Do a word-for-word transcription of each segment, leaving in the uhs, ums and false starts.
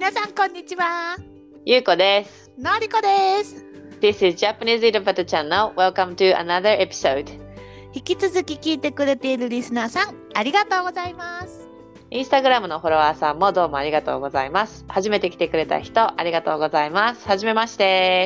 皆さんこんにちは。 ゆうこです。 のりこです。 This is Japanese Eat Butter Channel. Welcome to another episode. 引き続き聞いてくれているリスナーさん、ありがとうございます。 インスタグラムのフォロワーさんもどうもありがとうございます。初めて来てくれた人、ありがとうございます。はじめまして。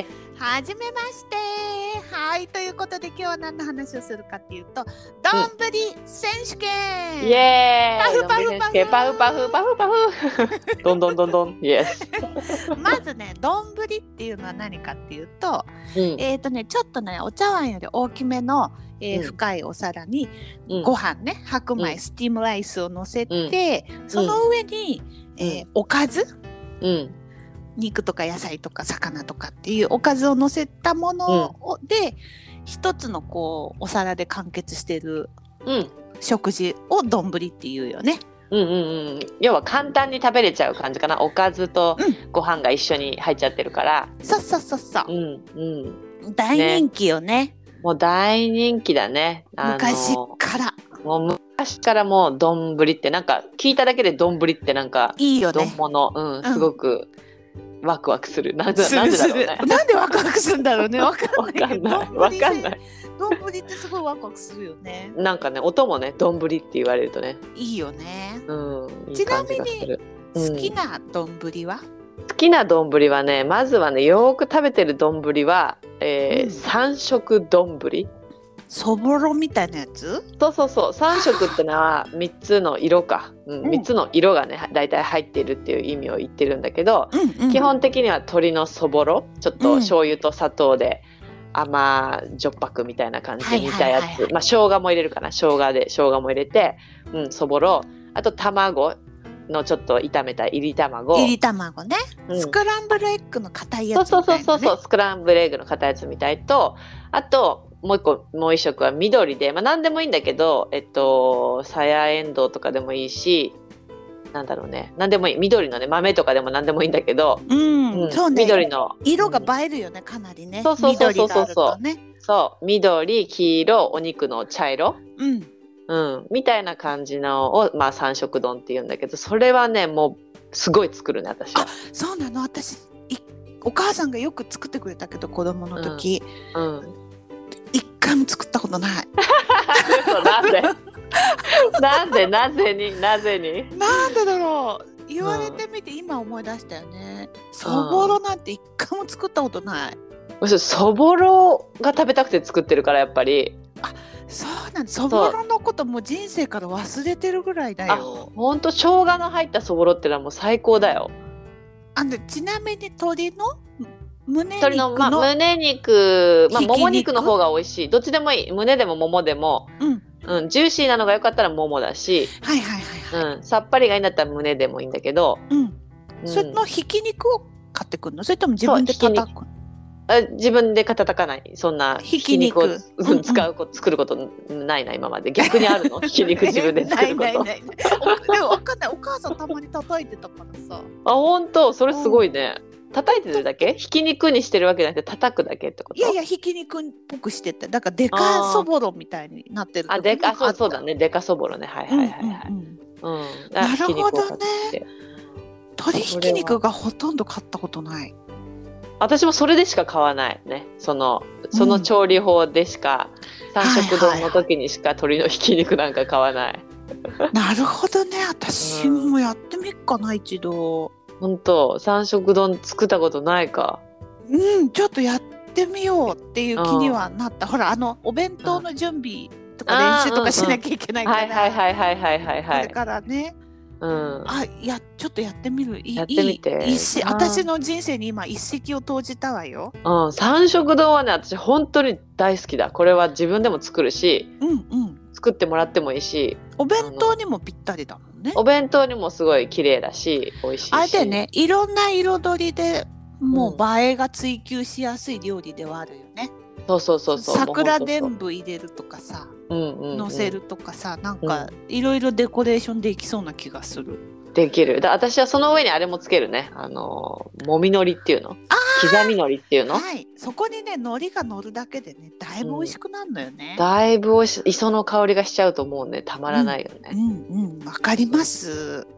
はじめまして。はい、ということで今日は何の話をするかっていうと、どんぶり選手権、 うん、イエーイ。 パフパフパフパフパフパフパフどんどんどんどんイエスまずね、どんぶりっていうのは何かっていうと、 うん、 えっ、ー、とねちょっとねお茶碗より大きめの、えーうん、深いお皿にご飯ね、白米、うん、スティームライスを乗せて、うん、その上に、うん、えー、おかず、うん肉とか野菜とか魚とかっていうおかずを乗せたもので、一、うん、つのこうお皿で完結してる食事を丼っていうよね。 うんうんうん、要は簡単に食べれちゃう感じかな。おかずとご飯が一緒に入っちゃってるから、 うん、そうそうそうそう、 うんうん、 大人気よ ね, ねもう大人気だね。 昔からもう昔からもう丼ってなんか聞いただけで丼ってなんかいいよね。 丼物、うん、すごく、うんワクワクする。なんで、 するなんでだろうね。 なんでワクワクするんだろうね。わかんないけど。 わかんない。 丼ってすごいワクワクするよね。 なんかね、音もね、丼って言われるとね。 いいよね。 うん。 ちなみに好きな丼は、 うん、好きな丼はね、まずはね、よく食べてる丼は、えーうん、三色丼。 そぼろみたいなやつ？ そうそうそう。さん色ってのはみっつの色か、うん、みっつの色がねだいたい入ってるっていう意味を言ってるんだけど、うんうん、基本的には鶏のそぼろ、ちょっと醤油と砂糖で甘じょっぱくみたいな感じで煮たやつ、はいはいはいはい、まあ生姜も入れるかな、生姜で生姜も入れて、うん、そぼろ、あと卵のちょっと炒めたいり卵、 いり卵ね、うん、スクランブルエッグの硬いやつみたいな、ね、 そうそうそうそう、スクランブルエッグの硬いやつみたいと、あともう一個もう一色は緑で、まあ何でもいいんだけど、えっとさやえんどうとかでもいいし、なんだろうね、何でもいい、緑のね豆とかでも何でもいいんだけど、 うん、うん、そうね、 緑の色が映えるよね、かなりね。 そうそうそうそうそうそう、 ね、 そう緑、黄色、お肉の茶色、 うんうん、みたいな感じのをまあ三色丼って言うんだけど、それはねもうすごい作るね私は。 あ、そうなの。私お母さんがよく作ってくれたけど子供の時、うん、うん一回も作ったことない。 なんでなんでなぜになぜになんでだろう。言われてみて今思い出したよね。そぼろなんて一回も作ったことない。 そぼろが食べたくて作ってるからやっぱり。 あ、そうなんだ。そぼろのこともう人生から忘れてるぐらいだよ。 ほんと生姜の入ったそぼろってのはもう最高だよ。 あのちなみに鶏の胸肉 の, の、まあ、胸肉、まあ、もも肉の方が美味しい。どっちでもいい。胸でもももでも、うんうん、ジューシーなのが良かったらももだし、 はいはいはい、はい、 うん、さっぱりがいいんだったら胸でもいいんだけど、 うんうん、それのひき肉を買ってくるの？それとも自分で叩く？ あ、自分で叩かない。そんなひき肉をひき肉使うこ、うんうん、作ることないな今まで。逆にあるの？ひき肉自分で作ること。ないないないないでも分かんない。お母さんたまに叩いてたからさ。 あ、本当？それすごいね。叩いてるだけ？ひき肉にしてるわけじゃなくて叩くだけってこと？ いやいや、ひき肉っぽくしてて、だからデカそぼろみたいになってる。 あ、デカ、そうそうだね、デカそぼろね、はいはいはいはい。うん、うんうん、 なるほどね。鶏ひき肉がほとんど買ったことない。 私もそれでしか買わないね。そのその調理法でしか、うん、三色丼の時にしか鶏のひき肉なんか買わない。 なるほどね。私もやってみっかな、一度。 本当、三色丼作ったことないか。 うん、ちょっとやってみようっていう気にはなった。ほら、あのお弁当の準備とか練習とかしなきゃいけないから。 はいはいはいはいはいはい。 だからね。うん。あ、やちょっとやってみる。いやってみて。 いい一私の人生に今一石を投じたわよ。 うん、三色丼はね、私本当に大好きだ。これは自分でも作るし、うんうん。作ってもらってもいいし。 お弁当にもぴったりだもんね。 お弁当にもすごい綺麗だし美味しいし、 あれだよね、いろんな彩りでもう映えが追求しやすい料理ではあるよね。 そうそうそうそう、 桜伝舞入れるとかさ、うんうんうん、乗せるとかさ、なんかいろいろデコレーションできそうな気がする。 できる。だ私はその上にあれもつけるね、あのもみのりっていうの、刻みのりっていうの、 はい、そこにね海苔が乗るだけでねだいぶ美味しくなるのよね、 うん、だいぶ美味しい。磯の香りがしちゃうともうねたまらないよね。 うんうん、わ、うん、かります。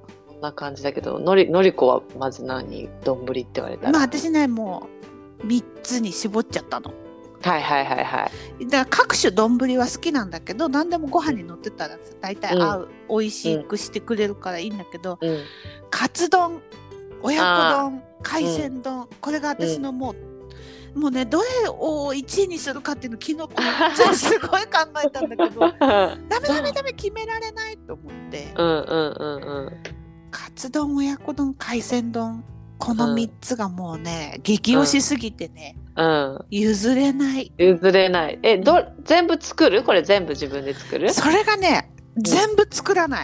な感じだけど、のりのりこはまず何丼って言われたら。 まあ私ねもうみっつに絞っちゃったの。 はいはいはいはい。 だから各種丼は好きなんだけど、何でもご飯に乗ってたら大体合う、うん、美味しくしてくれるからいいんだけど、うん、カツ丼、親子丼、海鮮丼、うん、これが私のもう、うん、もうねどれをいちいにするかっていうの昨日すごい考えたんだけどダメダメダメ決められないと思って、 うんうんうんうん、 カツ丼、親子丼、海鮮丼、このみっつがもうね、うん、激推しすぎてね、うん、譲れない譲れないえど全部作る？これ全部自分で作る？ それがね、うん、全部作らない。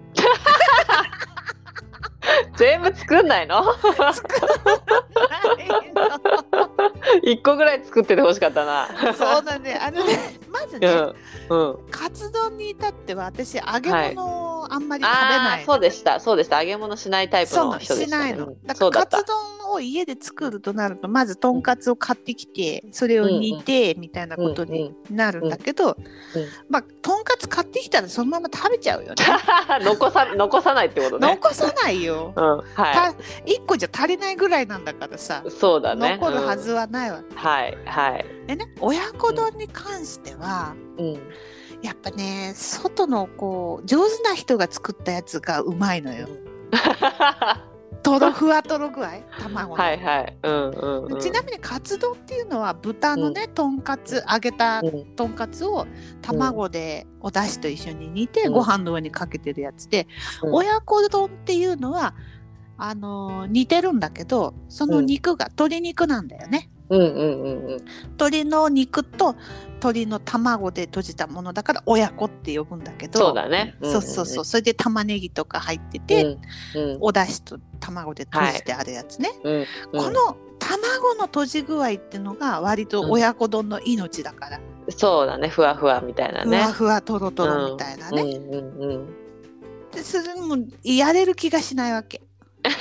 全部作んないの？作らないの。一個ぐらい作っててほしかったな。 そうだね。あのね、まずね、うんうん、カツ丼に至っては私揚げ物をあんまり食べない、 はい、あそうでしたそうでした。揚げ物しないタイプの人でした、ね、 しないの。だからカツ丼を家で作るとなるとまずとんかつを買ってきてそれを煮てみたいなことになるんだけど、うんうん、まあとんかつ買ってきたらそのまま食べちゃうよね。 残さ残さないってことね。 残さないよ、うんはい、いっこじゃ足りないぐらいなんだからさ。 そうだね。 残るはずはないわけ、 うん、はいはいでね、親子丼に関しては、うん、やっぱね外のこう上手な人が作ったやつがうまいのよ。とろふわとろ具合卵の、 はいはいうんうんうん、 ちなみにカツ丼っていうのは豚のね、うん、とんかつ揚げたとんかつを卵でお出汁と一緒に煮て、うん、ご飯の上にかけてるやつで、うん、親子丼っていうのはあのー、似てるんだけどその肉が鶏肉なんだよね、うんうんうんうん、鶏の肉と鶏の卵で閉じたものだから親子って呼ぶんだけど、 そうだね、 うんうんうん、そうそうそうそれで玉ねぎとか入ってて、うんうん、お出汁と卵で閉じてあるやつね、はいうんうん、この卵の閉じ具合っていうのが割と親子丼の命だから、 うん、そうだねふわふわみたいなねふわふわとろとろみたいなね、うんうんうん、でそれもやれる気がしないわけ。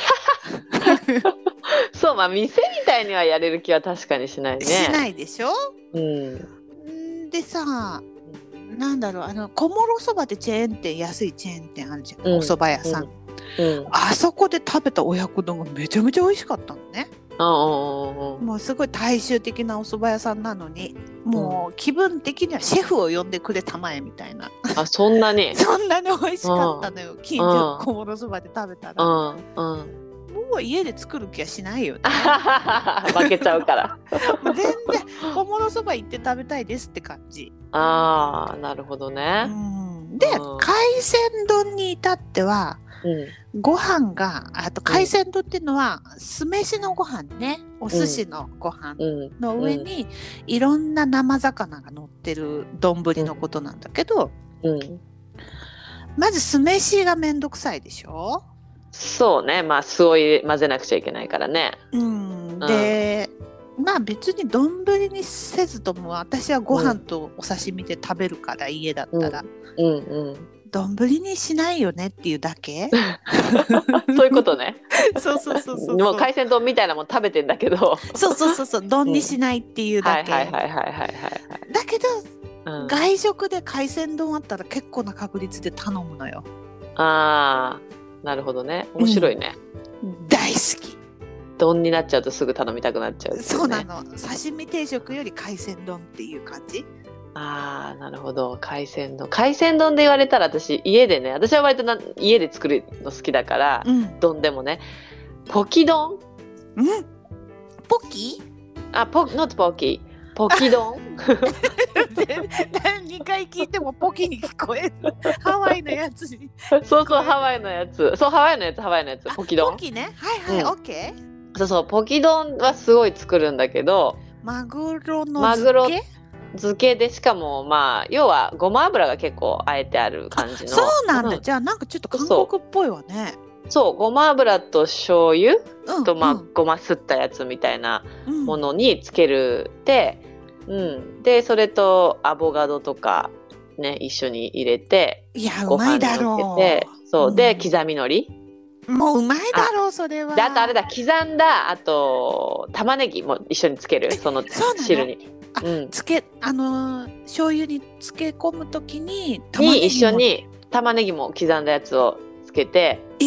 そうまあ店みたいにはやれる気は確かにしないね。 しないでしょ、 うん、 でさなんだろうあの小諸そばってチェーン店安いチェーン店あるじゃん、うん、お蕎麦屋さん、うんうん、あそこで食べた親子丼がめちゃめちゃ美味しかったのね。もうすごい大衆的なお蕎麦屋さんなのにもう気分的にはシェフを呼んでくれたまえみたいな、 あそんなにそんなに美味しかったのよ近所の小諸そばで食べたら、うんうん、もう家で作る気はしないよね。 負けちゃうからもう全然小諸そば行って食べたいですって感じ。 あーなるほどね、 うん、で、うん、海鮮丼に至っては、うん、ご飯があと海鮮丼っていうのは、うん、酢飯のご飯ねお寿司のご飯の上に、うん、いろんな生魚が乗ってる丼のことなんだけど、うん、まず酢飯がめんどくさいでしょ。 そうねまあ酢を混ぜなくちゃいけないからね、 うん、で、うん、まあ別に丼にせずとも私はご飯とお刺身で食べるから、うん、家だったら、うんうんうん丼にしないよねっていうだけそういうことねそうそうそうそうもう海鮮丼みたいなもん食べてんだけどそうそうそうそう丼にしないっていうだけだけど、うん、外食で海鮮丼あったら結構な確率で頼むのよ。 あーなるほどね面白いね、 うん、大好き。 丼になっちゃうとすぐ頼みたくなっちゃう、ね、 そうなの刺身定食より海鮮丼っていう感じ。 あーなるほど海鮮丼海鮮丼で言われたら私家でね私は割とな家で作るの好きだから、うん、丼でもねポキ丼、 うん、ポキあポノットポキポキ丼にかい聞いてもポキに聞こえるハワイのやつにそうそうハワイのやつそうハワイのやつハワイのやつポキ丼ポキねはいはい、うん、オッケーそうそうポキ丼はすごい作るんだけどマグロの漬け漬けでしかもまあ要はごま油が結構あえてある感じのそうなんだ、うん、じゃあなんかちょっと韓国っぽいわね。 そうごま油と醤油と、うん、まあ、うん、ごますったやつみたいなものにつけるで、うんうん、でそれとアボカドとかね一緒に入れていやうまいだろうそう、うん、で刻み海苔もううまいだろうそれは。 であとあれだ刻んだあと玉ねぎも一緒につけるその汁にあ、うん、つけあのー、醤油に漬け込むときに玉ねぎに一緒に玉ねぎも刻んだやつをつけてえー、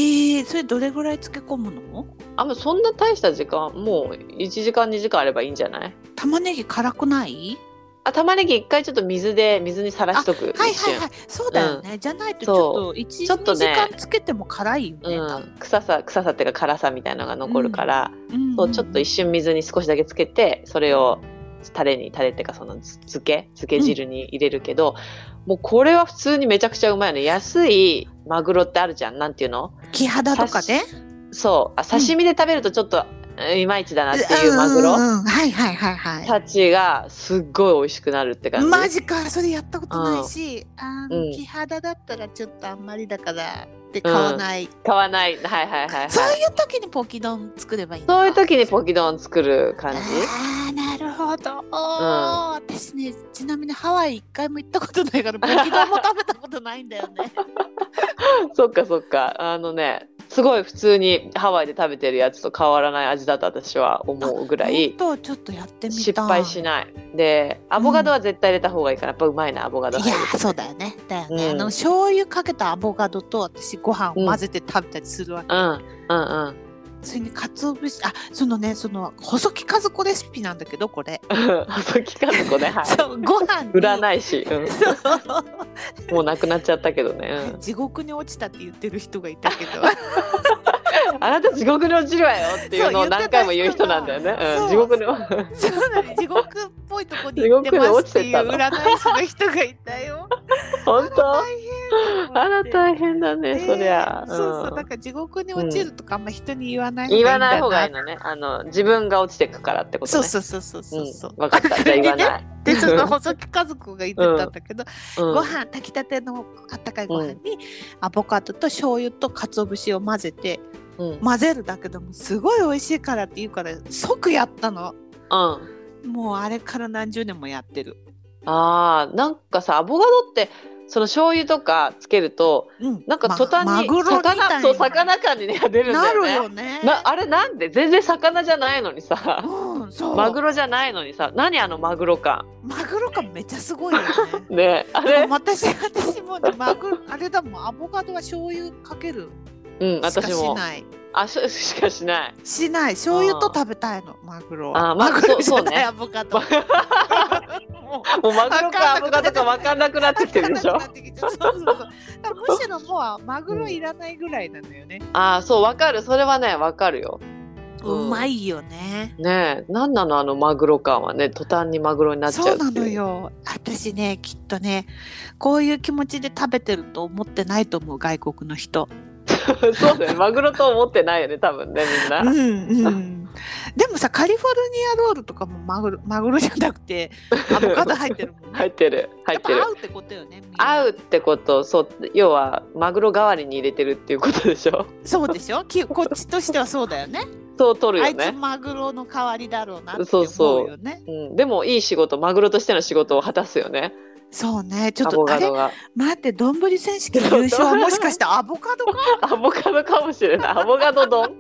えそれどれぐらい漬け込むの？ あ、もうそんな大した時間、もういちじかんにじかんあればいいんじゃない？ 玉ねぎ辛くない？ あ、玉ねぎ一回ちょっと水で水にさらしとく。 はいはいはい、そうだよね、うん、じゃないとちょっといち、にじかんつけても辛いよね、 うん、臭さ臭さっていうか辛さみたいなのが残るから、うん、そうちょっと一瞬水に少しだけつけて、それをタレにタレっていうかその漬け漬け汁に入れるけど、うん、もうこれは普通にめちゃくちゃうまいよね。安いマグロってあるじゃん、なんていうの、 キハダとかね。 そうあ、刺身で食べるとちょっと、うん、いまいちだなっていうマグロたちがすっごい美味しくなるって感じ。 マジか、それやったことないし、うん、あの、うん、キハダだったらちょっとあんまりだからって買わない、うん、 買わない、はいはいはい、はい、 そういう時にポキ丼作ればいいのか。 そういう時にポキ丼作る感じ。 あー、なるほど、うん、私ね、ちなみにハワイ一回も行ったことないからポキ丼も食べたことないんだよねそっかそっか、あのね、すごい普通にハワイで食べてるやつと変わらない味だと私は思うぐらい、 ちょっとやってみたい。 失敗しない。でアボカドは絶対入れた方がいいから、やっぱうまいなアボカド入る。 いやそうだよね、だよね、うん、あの醤油かけたアボカドと私ご飯を混ぜて食べたりするわけ、うん、うんうんうんそれに鰹節、あ、そのね、その細木数子レシピなんだけどこれ細木数子ね、はい、そうご飯に売らないし、うん、もうなくなっちゃったけどね、 うん、地獄に落ちたって言ってる人がいたけどあなた地獄に落ちるわよっていうのを何回も言う人なんだよね、うん、地獄にそうなの、地獄っぽいとこに行ってますっていう占い師の人がいたよ本当？あら大変だね、そりゃ、 うん、そうそう、だから地獄に落ちるとかあんま人に言わない方がいいんだな、言わない方がいいのね、あの自分が落ちてくからってことね。 そうそうそうそうそう、 うん、分かった、じゃあ言わないでちょっと細木家族が言ってたんだけど、うん、ご飯炊きたてのあったかいご飯に、うん、アボカドと醤油と鰹節を混ぜて、うん、混ぜるだけでもすごい美味しいからって言うから即やったの、うん、もうあれから何十年もやってる。 あー、なんかさ、アボカドってその醤油とかつけると、うん、なんか途端に魚、そう魚感に、ね、出るんだよね。なるよね。なあれなんで全然魚じゃないのにさ、うん、そうマグロじゃないのにさ、何あのマグロ感。 マグロ感めっちゃすごいよね。 ね、あれ私私もね、マグロあれだもん、アボカドは醤油かける。うん、私も。しない。 あ、し, しかしない。 しない。醤油と食べたいの、マグロは。 あ、マグロそうね。 アボカド。 もうマグロかアボカドか分かんなくなってきてるでしょ。そうそうそう。 むしろもうマグロいらないぐらいなのよね。 あ、そう分かる。それはね分かるよ。 うまいよね。 ねえ、なんなのあのマグロ感はね、途端にマグロになっちゃう。 そうなのよ。私ね、きっとね、こういう気持ちで食べてると思ってないと思う、外国の人。 そうだよね、マグロと思ってないよね、多分ね、みんな。うんうん、 でもさ、カリフォルニアロールとかもマグロ、マグロじゃなくてアボカド入ってるもんね。 入ってる入ってる。 合うってことよね。 合うってこと、そう、要はマグロ代わりに入れてるっていうことでしょ。 そうでしょ、きこっちとしてはそうだよね。 そう取るよね。 あいつマグロの代わりだろうなって思うよね。そうそう、 うん、でもいい仕事、マグロとしての仕事を果たすよね。 そうね、ちょっとあれ待って、丼選手権優勝はもしかしてアボカドかアボカドかもしれない。アボカド丼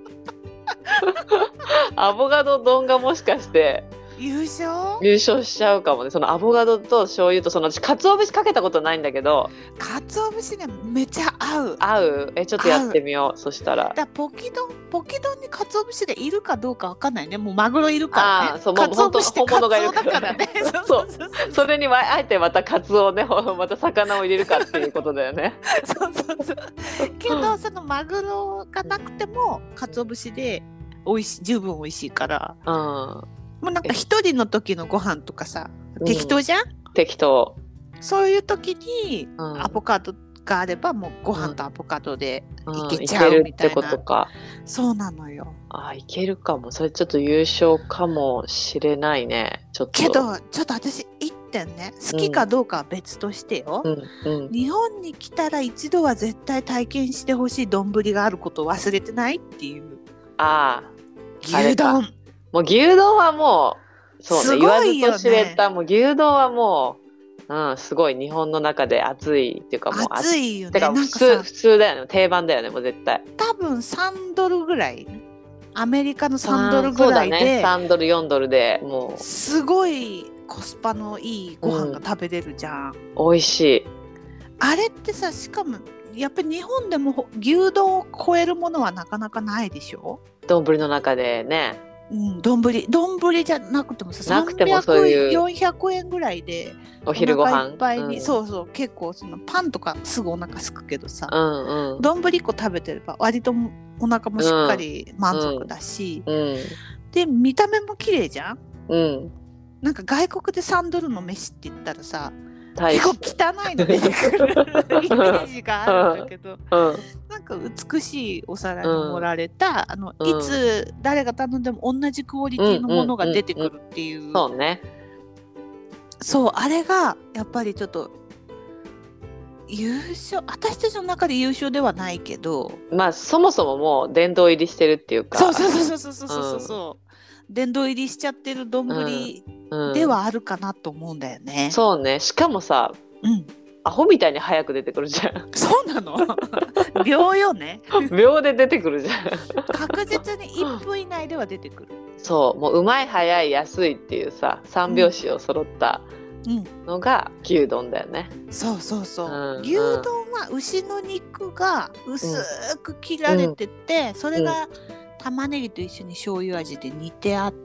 アボカド丼がもしかして優勝優勝しちゃうかもね。そのアボカドと醤油と、その私鰹節かけたことないんだけど、 鰹節ねめちゃ合う合う。え、ちょっとやってみよう。そしたらだポキ丼ポキ丼に鰹節でいるかどうかわかんないね。もうマグロいるからね。 あ、そう、もう本当本物がいるからね。そうそう、それにあえてまたカツオね、また魚を入れるかっていうことだよね。 そうそうそう。けどそのマグロがなくても鰹節で美味しい、十分美味しいから。うん。もうなんか一人の時のご飯とかさ、適当じゃん、うん、 適当。 そういう時にアボカドがあればもうご飯とアボカドでいけちゃうみたいな、うんうん、いけるってことか。そうなのよ。 あ、いけるかも。それちょっと優勝かもしれないね。ちょっとけどちょっと私一点ね、好きかどうかは別としてよ、うんうんうん、日本に来たら一度は絶対体験してほしい丼があることを忘れてないっていう。 ああ、 牛丼。 もう牛丼はもうそうね、言わずと知れた。もう牛丼はもう、うん、すごい日本の中で熱いっていうか、もう熱いよね。 てか普通普通だよね、定番だよね、もう絶対。 多分さんドルぐらい、アメリカのさんドルぐらいで、そうだね、 さんドルよんドルでもうすごいコスパのいいご飯が食べれるじゃん、 うん、美味しい。 あれってさ、しかもやっぱり日本でも牛丼を超えるものはなかなかないでしょ。 丼の中でね。 うん、丼丼じゃなくてもさ、 なくてもそういうよんひゃくえんぐらいでお昼ご飯いっぱいに、 うん、 そうそう、結構そのパンとかすぐお腹すくけどさ、 うんうん、 丼いっこ食べてれば割とお腹もしっかり満足だし、 うんうん、 で見た目も綺麗じゃん、 うん、なんか外国でさんドルの飯って言ったらさ、 結構汚いの出てくるイメージがあるんだけど、 うん、 なんか美しいお皿に盛られた、うん、あのいつ誰が頼んでも同じクオリティのものが出てくるっていう、 うんうんうんうん、そうね、 そう、あれがやっぱりちょっと優勝、私たちの中で優勝ではないけど、 まあそもそももう殿堂入りしてるっていうか、 そうそうそうそうそうそうそう、うん、殿堂入りしちゃってる丼ではあるかなと思うんだよね、うん、 そうね、しかもさ、うん、アホみたいに早く出てくるじゃん。 そうなの秒よね秒で出てくるじゃん確実にいっぷん以内では出てくる。 そう、もううまい早い安いっていうさ三拍子を揃ったのが牛丼だよね、 うん、そうそうそう、うん、牛丼は牛の肉が薄く切られてて、うん、それが玉ねぎと一緒に醤油味で煮てあって、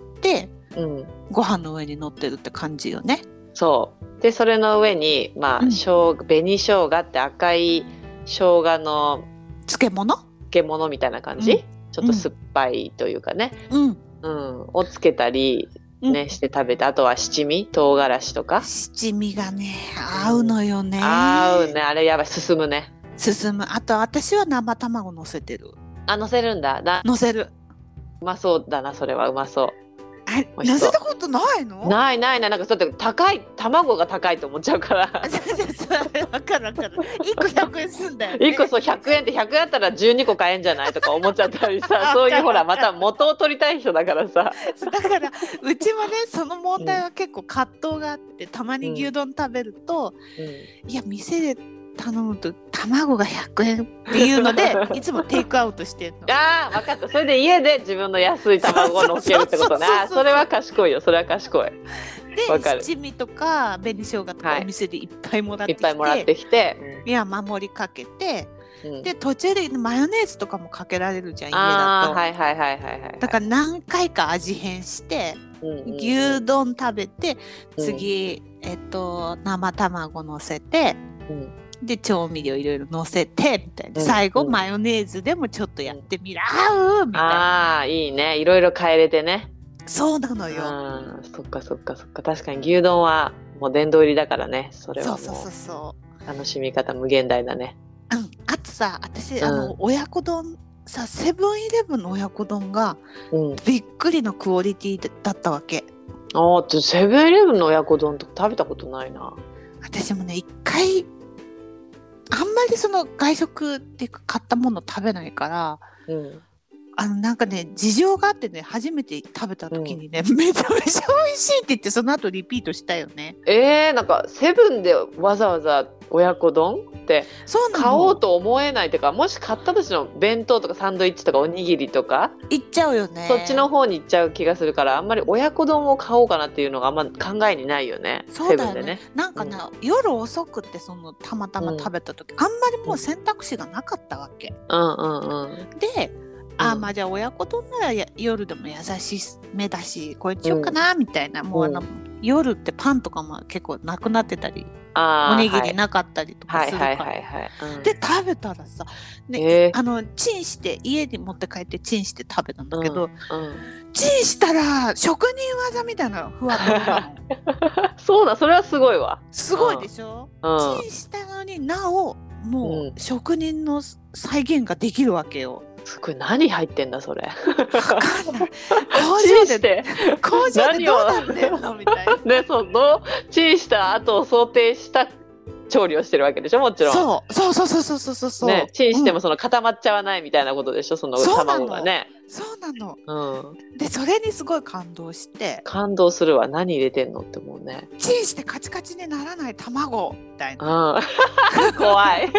うん、ご飯の上に乗ってるって感じよね。 そうで、それの上にまあ、うん、生姜紅生姜って赤い生姜の漬物漬物みたいな感じ、うん、ちょっと酸っぱいというかね、うんうん、をつけたりね、うん、して食べて、あとは七味唐辛子とか、 七味がね合うのよね、 合うね、あれやばい、進むね、 進む。あと私は生卵乗せてる。 あ、乗せるんだ、だ乗せる。 うまそうだな、それはうまそう。 乗せたことないの？ ないないない、なんかだって高い、卵が高いと思っちゃうから分かる分かる、いっこひゃくえんすんだよね。 いっこそうひゃくえんって、ひゃくえんあったらじゅうにこ買えんじゃないとか思っちゃったりさそういうほらまた元を取りたい人だからさだからうちもねその問題は結構葛藤があって、たまに牛丼食べると、うんうん、いや店で頼むと卵がひゃくえんっていうのでいつもテイクアウトしてるの。 ああ分かった、それで家で自分の安い卵を乗っけるってことね。あ、それは賢いよ、それは賢い。 で七味とか紅生姜とかお店でいっぱいもらってきて、 はい、いっぱいもらってきて、 いや守りかけて、うん、で途中でマヨネーズとかもかけられるじゃん、家だと。 はいはいはいはいはい、 だから何回か味変して、うんうんうん、牛丼食べて次、うん、えっと生卵乗せて、うん、で調味料いろいろ乗せてみたいな、うん、最後、うん、マヨネーズでもちょっとやってみらうみたいな。 あーいいね、いろいろ変えれてね。 そうなのよ。 あ、そっかそっかそっか、確かに牛丼はもう殿堂入りだからね。それはもう、そうそうそうそう、楽しみ方無限大だね。 うん、あとさ、私、うん、あの親子丼さ、セブンイレブンの親子丼が、うん、びっくりのクオリティだったわけ。 ああ、セブンイレブンの親子丼とか食べたことないな。 私もね一回あんまりその外食っていうか買ったもの食べないから、うん、あのなんかね事情があってね、初めて食べた時にね、うん、めちゃめちゃ美味しいって言ってその後リピートしたよね。 えー、なんかセブンでわざわざ親子丼って買おうと思えないっていうか、もし買ったとしても弁当とかサンドイッチとかおにぎりとかいっちゃうよね。 そっちの方に行っちゃう気がするから、あんまり親子丼を買おうかなっていうのがあんま考えにないよね。 そうだよね、 セブンでね。 なんかな、うん、夜遅くってそのたまたま食べた時、うん、あんまりもう選択肢がなかったわけ、うんうんうん、で、あ、まあじゃあ親子丼ならや夜でも優しめだしこれしようかなみたいな、うん、もうあの、うん、夜ってパンとかも結構なくなってたり、おにぎりなかったりとかするから、で食べたらさ、ね、えー、あのチンして家に持って帰ってチンして食べたんだけど、うんうん、チンしたら職人技みたいなふわふわそうだ、それはすごいわ。 すごいでしょ、うん、チンしたのになおもう職人の再現ができるわけよ。 すごい、何入ってんだそれ。 分かんない。工場で工場でどうなってんのみたいな。 ね、そうどうチンした後を想定した調理をしてるわけでしょ、もちろん。 そうそうそうそうそうそうそう。 ね、チンしてもその固まっちゃわないみたいなことでしょ、その卵がね。 そうなの、 うん、 でそれにすごい感動して、 感動するわ。何入れてんのって思うね。 チンしてカチカチにならない卵みたいな、 うん、怖い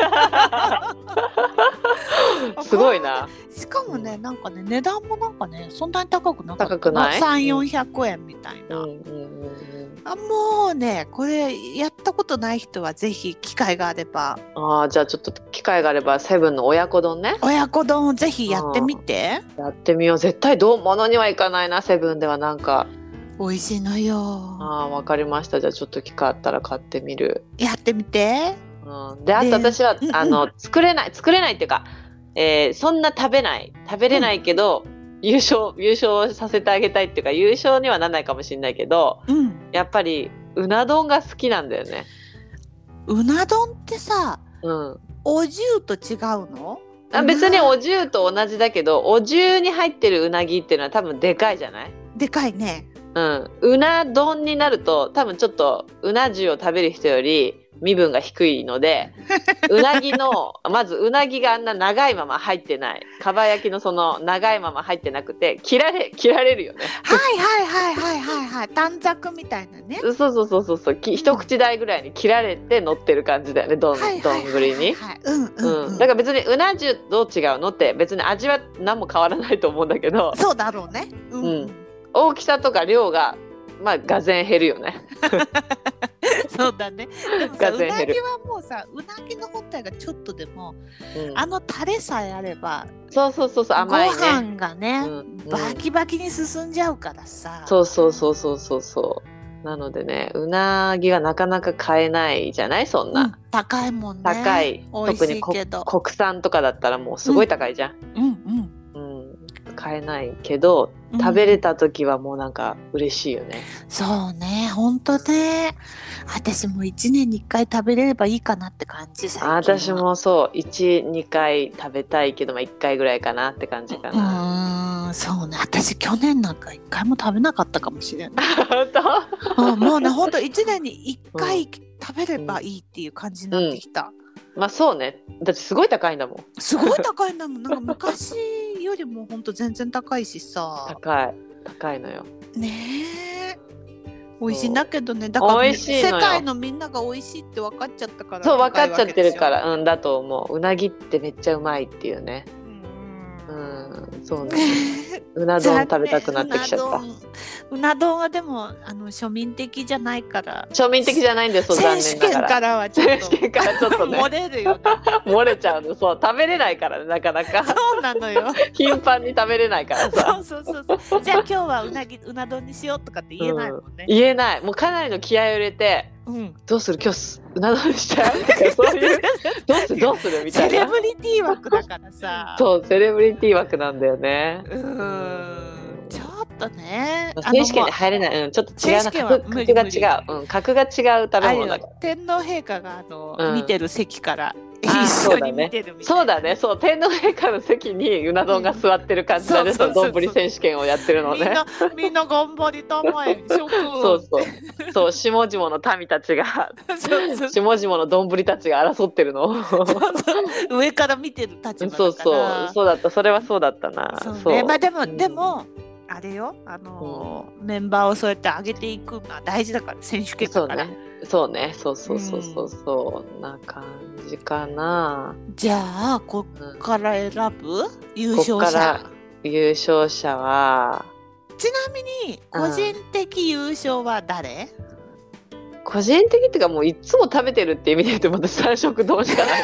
すごいな。 しかもね、なんかね値段もなんかねそんなに高くなかった。 高くない？ さんびゃく、よんひゃくえんみたいな、うんうんうんうん、あもうねこれやったことない人はぜひ機会があれば、 あじゃあちょっと機会があればセブンの親子丼ね、 親子丼をぜひやってみて、 やってみよう。絶対どうものにはいかないな、セブンでは。なんか美味しいのよ。 あわかりました。じゃあちょっと機会あったら買ってみる。 やってみて、 うん、であと私は、うんうん、あの作れない作れないっていうか、えー、そんな食べない食べれないけど、うん、優勝優勝させてあげたいっていうか、優勝にはならないかもしれないけど、うん、やっぱりうな丼が好きなんだよね。 うな丼ってさ、うん、お重と違うの？ あ別にお重と同じだけど、お重に入ってるうなぎっていうのは多分でかいじゃない？ でかいね。 うん、うな丼になると多分ちょっとうな重を食べる人より身分が低いのでうなぎのまずうなぎがあんな長いまま入ってない、かば焼きのその長いまま入ってなくて切られ切られるよね。 はいはいはいはいはいはい、短冊みたいなね。 そうそうそうそうそう、一口大ぐらいに切られて乗ってる感じだよね、どん丼に。だから別にうな重どう違うのって別に味は何も変わらないと思うんだけど、 そうだろうね、うん、うん、 大きさとか量がまあがぜん減るよね。 そうだね。でもさうなぎはもうさ、うなぎの本体がちょっとでも、うん、あのタレさえあれば、 そうそうそうそう、甘いね、 ご飯がね、うん、バキバキに進んじゃうからさ。 そうそうそうそうそうそう。なのでね、うなぎはなかなか買えないじゃない、そんな、うん、 高いもんね。 高い。特に国産とかだったらもうすごい高いじゃん。うんうんうん、うん、買えないけど食べれた時はもうなんか嬉しいよね、 うん、そうね、ほんとね。私もいちねんにいっかい食べれればいいかなって感じ。最近は私もそう いち、にかい食べたいけど、まあ、いっかいぐらいかなって感じかな。 うーん、そうね。私去年なんかいっかいも食べなかったかもしれない。 本当、 うん、もうねほんといちねんにいっかい食べればいいっていう感じになってきた、うんうん、まあそうね。だってすごい高いんだもん。 すごい高いんだもん。なんか昔よりもほんと全然高いしさ。 高い高いのよねえ、美味しいんだけどね。だから、ね、世界のみんなが美味しいって分かっちゃったから。 そう分かっちゃってるから、うんだと思う。うなぎってめっちゃうまいっていうね。うん、うんそうね。うな丼食べたくなってきちゃった。 うな丼はでもあの庶民的じゃないから。 庶民的じゃないんで、そう残念ながら。 選手権からはちょっと。 選手権からちょっとね。 漏れるよね。 漏れちゃうの。そう食べれないからね、なかなか。 そうなのよ。 頻繁に食べれないからさ。 そうそうそうそう。じゃあ今日はうなぎうな丼にしようとかって言えないもんね。 うん、言えない。もうかなりの気合を入れて。うん、どうする今日うな丼にしちゃうとかそういうどうするどうするみたいな。 セレブリティ枠だからさ。 そうセレブリティ枠なんだよね。 うーんちょっとね。 選手権で入れない。うん、ちょっと違うな。格, 格が違う。うん、格が違う食べ物だから。 天皇陛下があの、うん、見てる席から一緒に見てるみたいな。 そうだね。そう天皇陛下の席にうな丼が座ってる感じだね。その丼選手権をやってるのね。 みんなみんな頑張りたまえ。そうそうそう下々の民たちが下々の丼たちが争ってるの。そうそう上から見てる立場だから。 そうそうそうだった。それはそうだったな。 そうね。そうまあでも、うん、でも。あれよ、あのーうん、メンバーをそうやって上げていくのは大事だから、選手権だから。 そうね、そうね、そうそうそうそうそう、うん、な感じかな。 じゃあこっから選ぶ、うん、優勝者。こっから優勝者はちなみに個人的優勝は誰？ うん、個人的っていうかもういつも食べてるって意味で言うとまた三色丼しかない。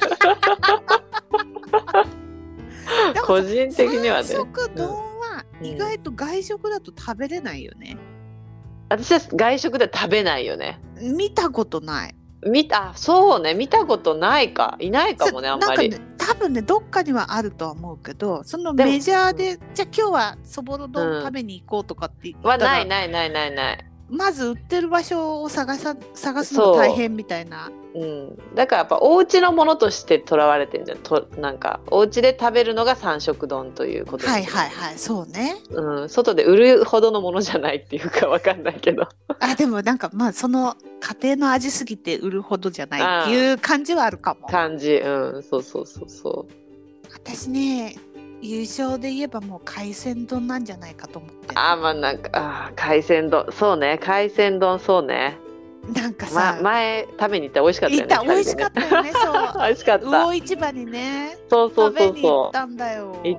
個人的にはね。 三色丼は意外と外食だと食べれないよね。 うん、私は外食で食べないよね。 見たことない。 見たそうね見たことないかいないかもねあんまり。 なんかね多分ねどっかにはあるとは思うけど、そのメジャーでじゃあ今日はそぼろ丼食べに行こうとかって言ったら、うん、はないないないないない。 まず売ってる場所を探さ探すの大変みたいな。 う、うん、だからやっぱお家のものとしてとらわれてるんじゃん。となんかお家で食べるのが三色丼ということで、 はいはいはいそうね、 うん、外で売るほどのものじゃないっていうかわかんないけどあでもなんかまあその家庭の味すぎて売るほどじゃないっていう感じはあるかも。 感じうんそうそうそうそう。 私ね優勝で言えばもう海鮮丼なんじゃないかと思って。 あ、まあなんかあ海鮮丼、そうね、海鮮丼、そうね。 なんかさ、 ま、前食べに行ったら美味しかったよね。 行った、美味しかったよね。そう美味しかった。 魚市場にね、 そうそうそうそう、 食べに行ったんだよ。 行った。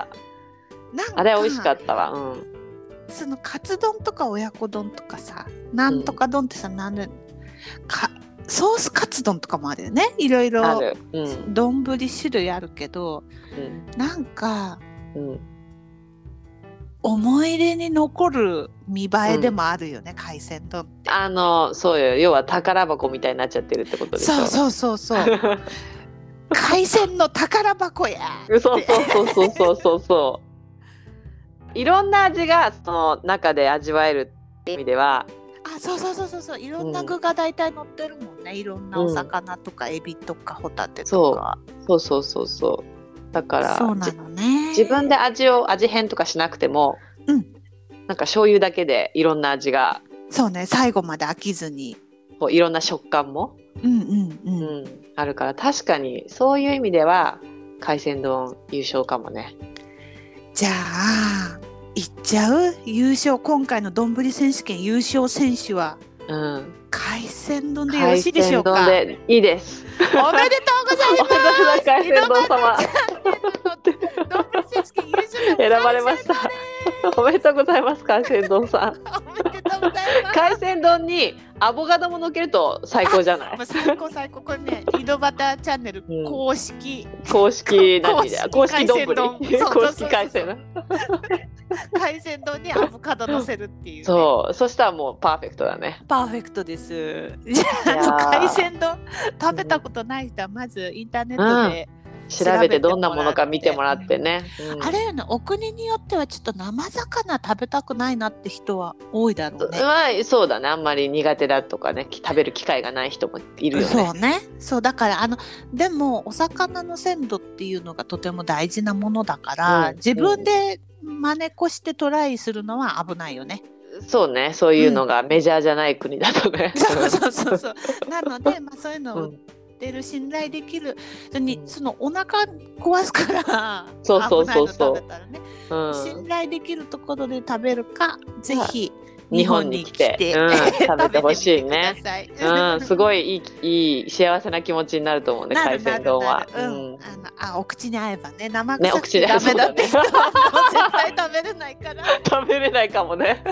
なんかあれ美味しかったわ。うん。 そのカツ丼とか親子丼とかさ、なんとか丼ってさ、うん、なんでかソースカツ丼とかもあるよね。いろいろ丼、うん、種類あるけど、うん、なんか、うん、思い出に残る見栄えでもあるよね、うん、海鮮丼って。 あのそうよ、要は宝箱みたいになっちゃってるってことでしょ。 そうそうそうそう海鮮の宝箱やそうそうそうそうそうそうそういろんな味がその中で味わえるっていう意味では、 あ、そうそうそうそう、いろんな具が大体乗ってるもんね、うん、いろんなお魚とかエビとかホタテとか、 そうそうそうそうそうだからそうなのね、 自分で味を味変とかしなくても、うん、なんか醤油だけでいろんな味が、 そうね、最後まで飽きずにこういろんな食感も、うんうんうんうん、あるから、確かにそういう意味では海鮮丼優勝かもね。 じゃあいっちゃう？優勝、今回の丼選手権優勝選手は、うん、海鮮丼でよろしいでしょうか？ 海鮮丼でいいです。 おめでとうございます。 海鮮丼様丼選手権優勝選ばれました。おめでとうございます、海鮮丼さん。 おめでとうございます。 海鮮丼にアボカドものっけると最高じゃない？ 最高最高。これね、井戸端チャンネル公式、 うん、公式何で公式丼公式海鮮海鮮丼にアボカド乗せるっていう、ね、 そう、そしたらもうパーフェクトだね。 パーフェクトです。じゃあ、あの海鮮丼食べたことない人はまずインターネットで、うん調べてどんなものか見てもらってね、 うん、あれよね、お国によってはちょっと生魚食べたくないなって人は多いだろうね。 まあ、そうだね、あんまり苦手だとかね、食べる機会がない人もいるよね。 そうね、そうだからあのでもお魚の鮮度っていうのがとても大事なものだから、うん、自分で真似っこしてトライするのは危ないよね。 そうね、そういうのがメジャーじゃない国だとね、 うん、そうそうそうそうなので、まあ、そういうのを、うん信頼できるに、そのお腹壊すからそうそうそうそう、 危ないの食べたらね、うん、信頼できるところで食べるか、ぜひ日本に来て、うん、食べてほしいね。うん、すごいいい、いい幸せな気持ちになると思うね、海鮮丼は。 うん、あのあお口に合えばね、生臭くてダメだって人はもう絶対食べれないから食べれないかもね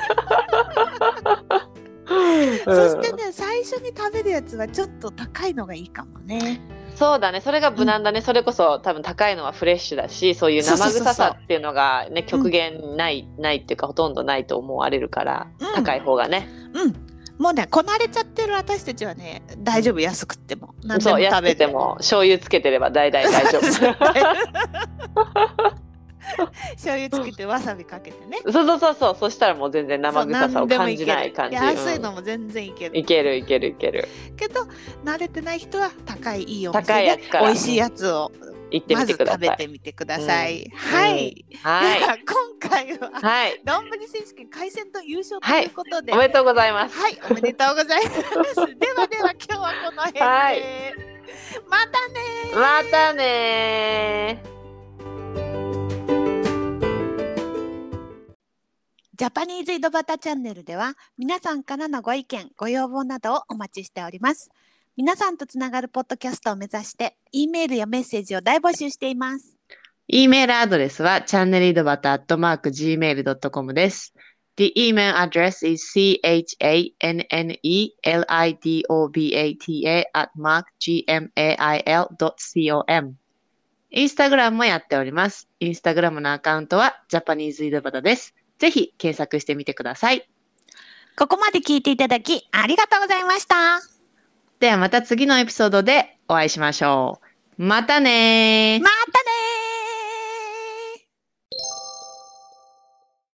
そしてね、最初に食べるやつはちょっと高いのがいいかもね。 そうだね、それが無難だね、うん、それこそ多分高いのはフレッシュだし、そういう生臭さっていうのがね、極限ない、うん、ないっていうかほとんどないと思われるから、うん、高い方がね、 うん、もうね、こなれちゃってる私たちはね、大丈夫、安くっても何でも食べて、 そう、安くても醤油つけてれば大体大丈夫醤油つけてわさびかけてね。 そうそうそうそう、そしたらもう全然生臭さを感じない感じ。 安いのも全然いける。 いけるいけるいける。 けど慣れてない人は高いいいお店で美味しいやつを行ってみてください。 まず食べてみてください。うん、はい。 うん、はい。 では今回は、はい、丼選手権海鮮丼優勝ということで、 はい、おめでとうございます。 はい、おめでとうございます。ではでは今日はこの辺で、はい、またねー。 またねー。 ジャパニーズ井戸端チャンネルでは皆さんからのご意見ご要望などをお待ちしております。皆さんとつながるポッドキャストを目指して E メールやメッセージを大募集しています。 E メールアドレスはチャンネル井戸端 アットマークジーメールドットコム です。 The email address is chanelidobata アットマークジーメールドットコム。 インスタグラムもやっております。インスタグラムのアカウントはジャパニーズ井戸端です。ぜひ検索してみてください。 ここまで聞いていただきありがとうございました。 ではまた次のエピソードでお会いしましょう。またねー。 また